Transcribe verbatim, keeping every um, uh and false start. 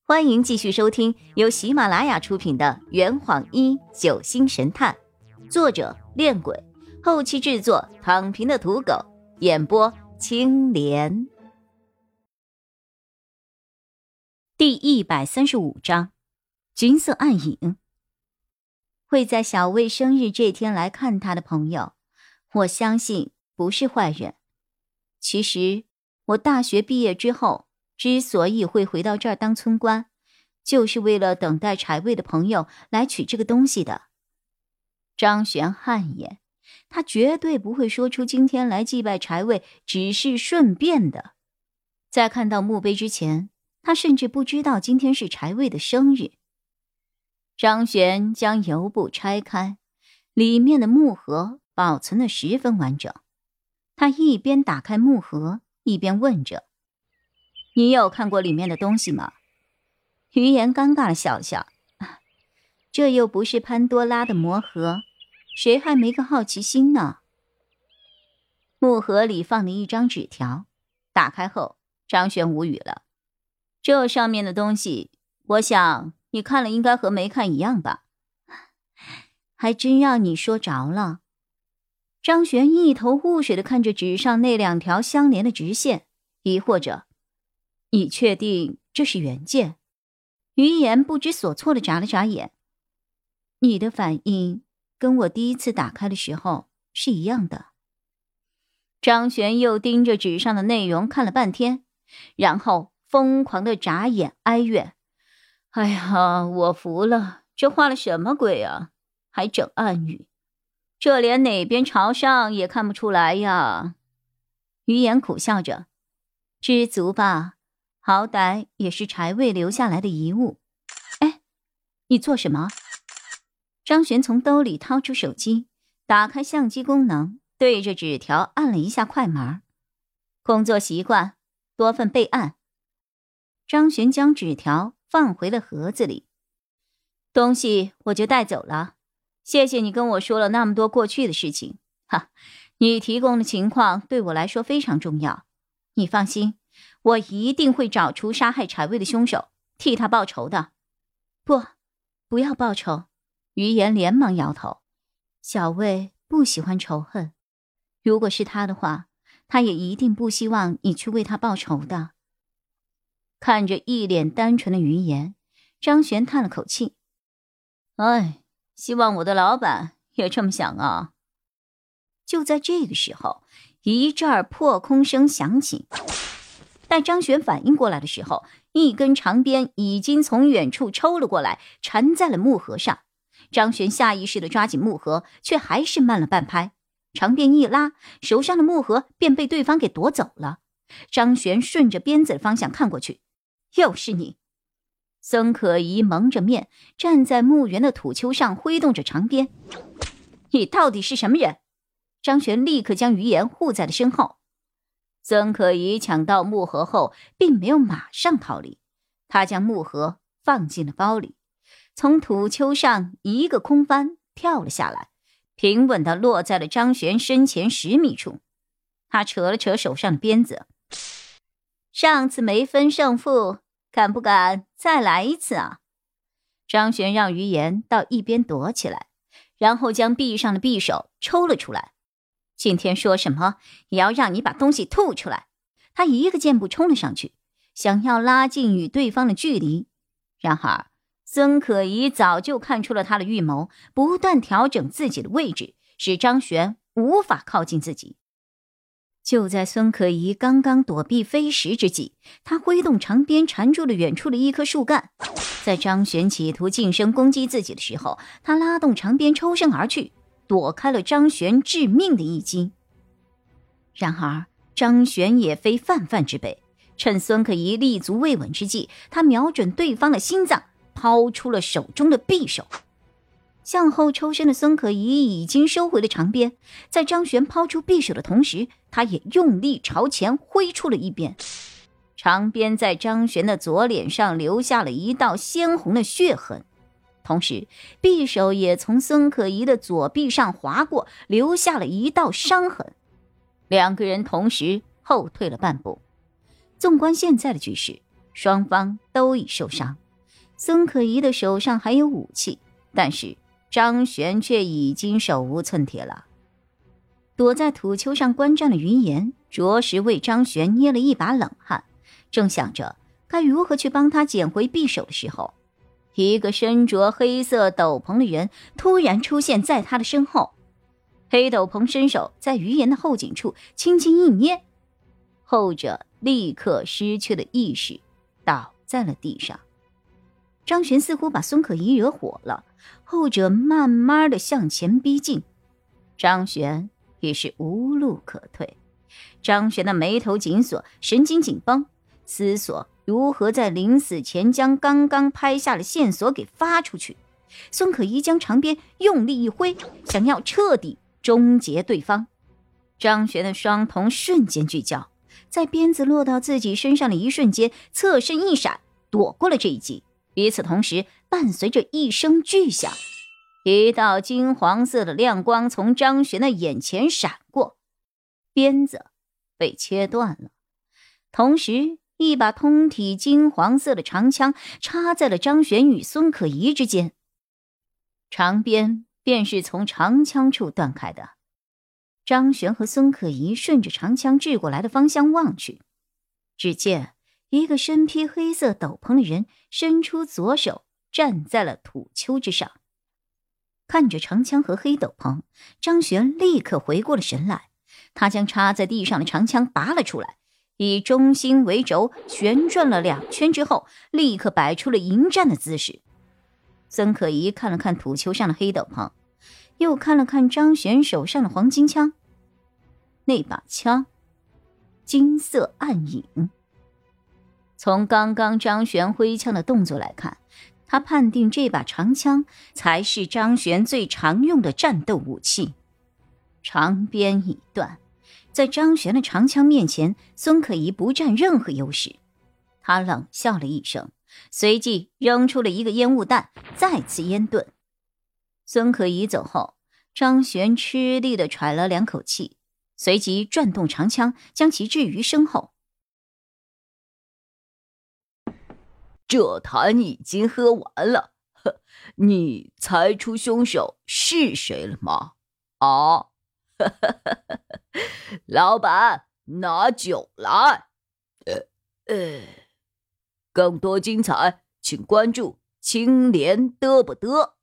欢迎继续收听由喜马拉雅出品的《圆谎一九星神探》，作者恋鬼，后期制作躺平的土狗，演播青莲。第一百三十五章，金色暗影。会在小魏生日这天来看他的朋友，我相信不是坏人。其实我大学毕业之后之所以会回到这儿当村官，就是为了等待柴卫的朋友来取这个东西的。张璇汗颜，他绝对不会说出今天来祭拜柴卫只是顺便的。在看到墓碑之前，他甚至不知道今天是柴卫的生日。张璇将油布拆开，里面的木盒保存得十分完整。他一边打开木盒，一边问着：你有看过里面的东西吗？于言尴尬地笑了笑，这又不是潘多拉的魔盒，谁还没个好奇心呢？木盒里放了一张纸条，打开后，张璇无语了。这上面的东西，我想你看了应该和没看一样吧？还真让你说着了。张璇一头雾水地看着纸上那两条相连的直线，疑惑着：你确定这是原件？于言不知所措地眨了眨眼。你的反应跟我第一次打开的时候是一样的。张璇又盯着纸上的内容看了半天，然后疯狂地眨眼哀怨：哎呀，我服了，这画了什么鬼啊？还整暗语，这连哪边朝上也看不出来呀。于言苦笑着：知足吧，好歹也是柴卫留下来的遗物。哎，你做什么？张璇从兜里掏出手机，打开相机功能，对着纸条按了一下快门。工作习惯，多份备案。张璇将纸条放回了盒子里。东西我就带走了，谢谢你跟我说了那么多过去的事情。哈，你提供的情况对我来说非常重要。你放心，我一定会找出杀害柴卫的凶手，替他报仇的。不，不要报仇。于言连忙摇头。小魏不喜欢仇恨，如果是他的话，他也一定不希望你去为他报仇的。看着一脸单纯的于言，张璇叹了口气：哎，希望我的老板也这么想啊。就在这个时候，一阵破空声响起。待张璇反应过来的时候，一根长鞭已经从远处抽了过来，缠在了木盒上。张璇下意识地抓紧木盒，却还是慢了半拍。长鞭一拉，手上的木盒便被对方给夺走了。张璇顺着鞭子的方向看过去，又是你！孙可怡蒙着面站在墓园的土丘上，挥动着长鞭。你到底是什么人？张璇立刻将于言护在了身后。孙可怡抢到木盒后，并没有马上逃离，他将木盒放进了包里，从土丘上一个空翻跳了下来，平稳地落在了张璇身前十米处。他扯了扯手上的鞭子：上次没分胜负，敢不敢再来一次啊？张璇让于言到一边躲起来，然后将臂上的匕首抽了出来。今天说什么也要让你把东西吐出来。他一个箭步冲了上去，想要拉近与对方的距离。然而孙可怡早就看出了他的预谋，不断调整自己的位置，使张璇无法靠近自己。就在孙可怡刚刚躲避飞石之际，他挥动长鞭缠住了远处的一棵树干。在张璇企图近身攻击自己的时候，他拉动长鞭抽身而去，躲开了张璇致命的一击。然而张璇也非泛泛之辈，趁孙可怡立足未稳之际，他瞄准对方的心脏，抛出了手中的匕首。向后抽身的孙可怡已经收回了长鞭，在张璇抛出匕首的同时，他也用力朝前挥出了一鞭。长鞭在张璇的左脸上留下了一道鲜红的血痕，同时匕首也从孙可怡的左臂上划过，留下了一道伤痕。两个人同时后退了半步。纵观现在的局势， 双方都已受伤。孙可怡的手上还有武器，但是张璇却已经手无寸铁了。躲在土丘上观战的云岩着实为张璇捏了一把冷汗，正想着该如何去帮他捡回匕首的时候，一个身着黑色斗篷的人突然出现在他的身后。黑斗篷伸手在于岩的后颈处轻轻一捏，后者立刻失去了意识，倒在了地上。张璇似乎把孙可怡惹火了，后者慢慢的向前逼近，张璇也是无路可退。张璇的眉头紧锁，神经紧绷，思索如何在临死前将刚刚拍下的线索给发出去。孙可怡将长鞭用力一挥，想要彻底终结对方。张璇的双瞳瞬间聚焦，在鞭子落到自己身上的一瞬间，侧身一闪，躲过了这一击。与此同时，伴随着一声巨响，一道金黄色的亮光从张璇的眼前闪过，鞭子被切断了。同时，一把通体金黄色的长枪插在了张璇与孙可怡之间，长鞭便是从长枪处断开的。张璇和孙可怡顺着长枪掷过来的方向望去，只见一个身披黑色斗篷的人伸出左手站在了土丘之上。看着长枪和黑斗篷，张璇立刻回过了神来，他将插在地上的长枪拔了出来，以中心为轴旋转了两圈之后，立刻摆出了迎战的姿势。孙可怡看了看土丘上的黑斗篷，又看了看张璇手上的黄金枪，那把枪金色暗影。从刚刚张璇挥枪的动作来看，他判定这把长枪才是张璇最常用的战斗武器。长鞭已断，在张璇的长枪面前，孙可怡不占任何优势。他冷笑了一声，随即扔出了一个烟雾弹，再次烟遁。孙可怡走后，张璇吃力地喘了两口气，随即转动长枪，将其置于身后。 这坛已经喝完了，呵，你猜出凶手是谁了吗？啊，老板，拿酒来。呃呃，更多精彩，请关注青莲嘚不嘚。